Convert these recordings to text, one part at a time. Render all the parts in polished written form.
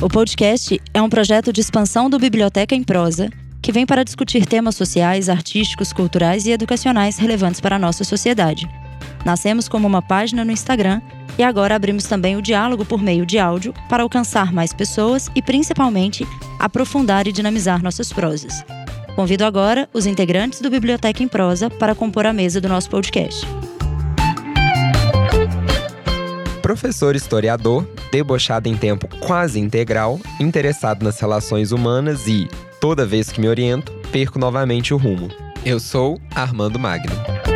O podcast é um projeto de expansão do Biblioteca em Prosa, que vem para discutir temas sociais, artísticos, culturais e educacionais relevantes para a nossa sociedade. Nascemos como uma página no Instagram e agora abrimos também o diálogo por meio de áudio para alcançar mais pessoas e, principalmente, aprofundar e dinamizar nossas prosas. Convido agora os integrantes do Biblioteca em Prosa para compor a mesa do nosso podcast. Professor historiador, debochado em tempo quase integral, interessado nas relações humanas e, toda vez que me oriento, perco novamente o rumo. Eu sou Armando Magno.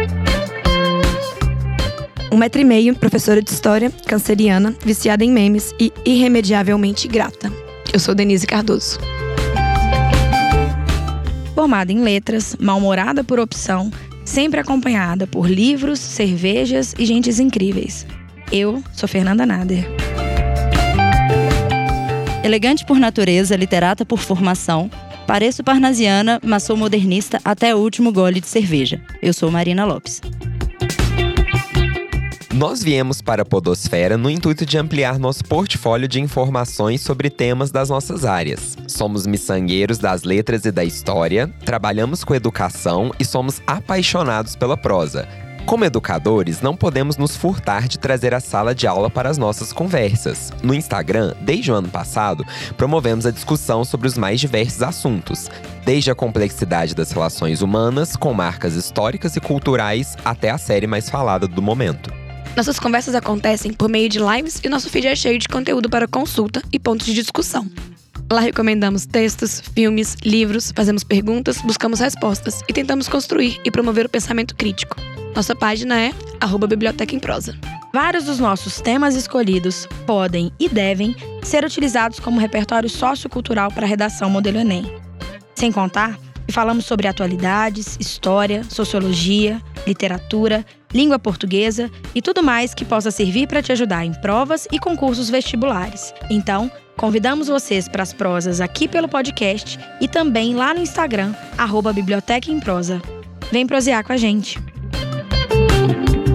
1,5 m, professora de história, canceriana, viciada em memes e irremediavelmente grata. Eu sou Denise Cardoso. Formada em letras, mal-humorada por opção, sempre acompanhada por livros, cervejas e gentes incríveis. Eu sou Fernanda Nader. Elegante por natureza, literata por formação, pareço parnasiana, mas sou modernista até o último gole de cerveja. Eu sou Marina Lopes. Nós viemos para a Podosfera no intuito de ampliar nosso portfólio de informações sobre temas das nossas áreas. Somos miçangueiros das letras e da história, trabalhamos com educação e somos apaixonados pela prosa. Como educadores, não podemos nos furtar de trazer a sala de aula para as nossas conversas. No Instagram, desde o ano passado, promovemos a discussão sobre os mais diversos assuntos, desde a complexidade das relações humanas, com marcas históricas e culturais, até a série mais falada do momento. Nossas conversas acontecem por meio de lives e nosso feed é cheio de conteúdo para consulta e pontos de discussão. Lá recomendamos textos, filmes, livros, fazemos perguntas, buscamos respostas e tentamos construir e promover o pensamento crítico. Nossa página é @Biblioteca em Prosa. Vários dos nossos temas escolhidos podem e devem ser utilizados como repertório sociocultural para a redação Modelo Enem. Sem contar que falamos sobre atualidades, história, sociologia, literatura, língua portuguesa e tudo mais que possa servir para te ajudar em provas e concursos vestibulares. Então, convidamos vocês para as prosas aqui pelo podcast e também lá no Instagram, @Biblioteca em Prosa. Vem prosear com a gente!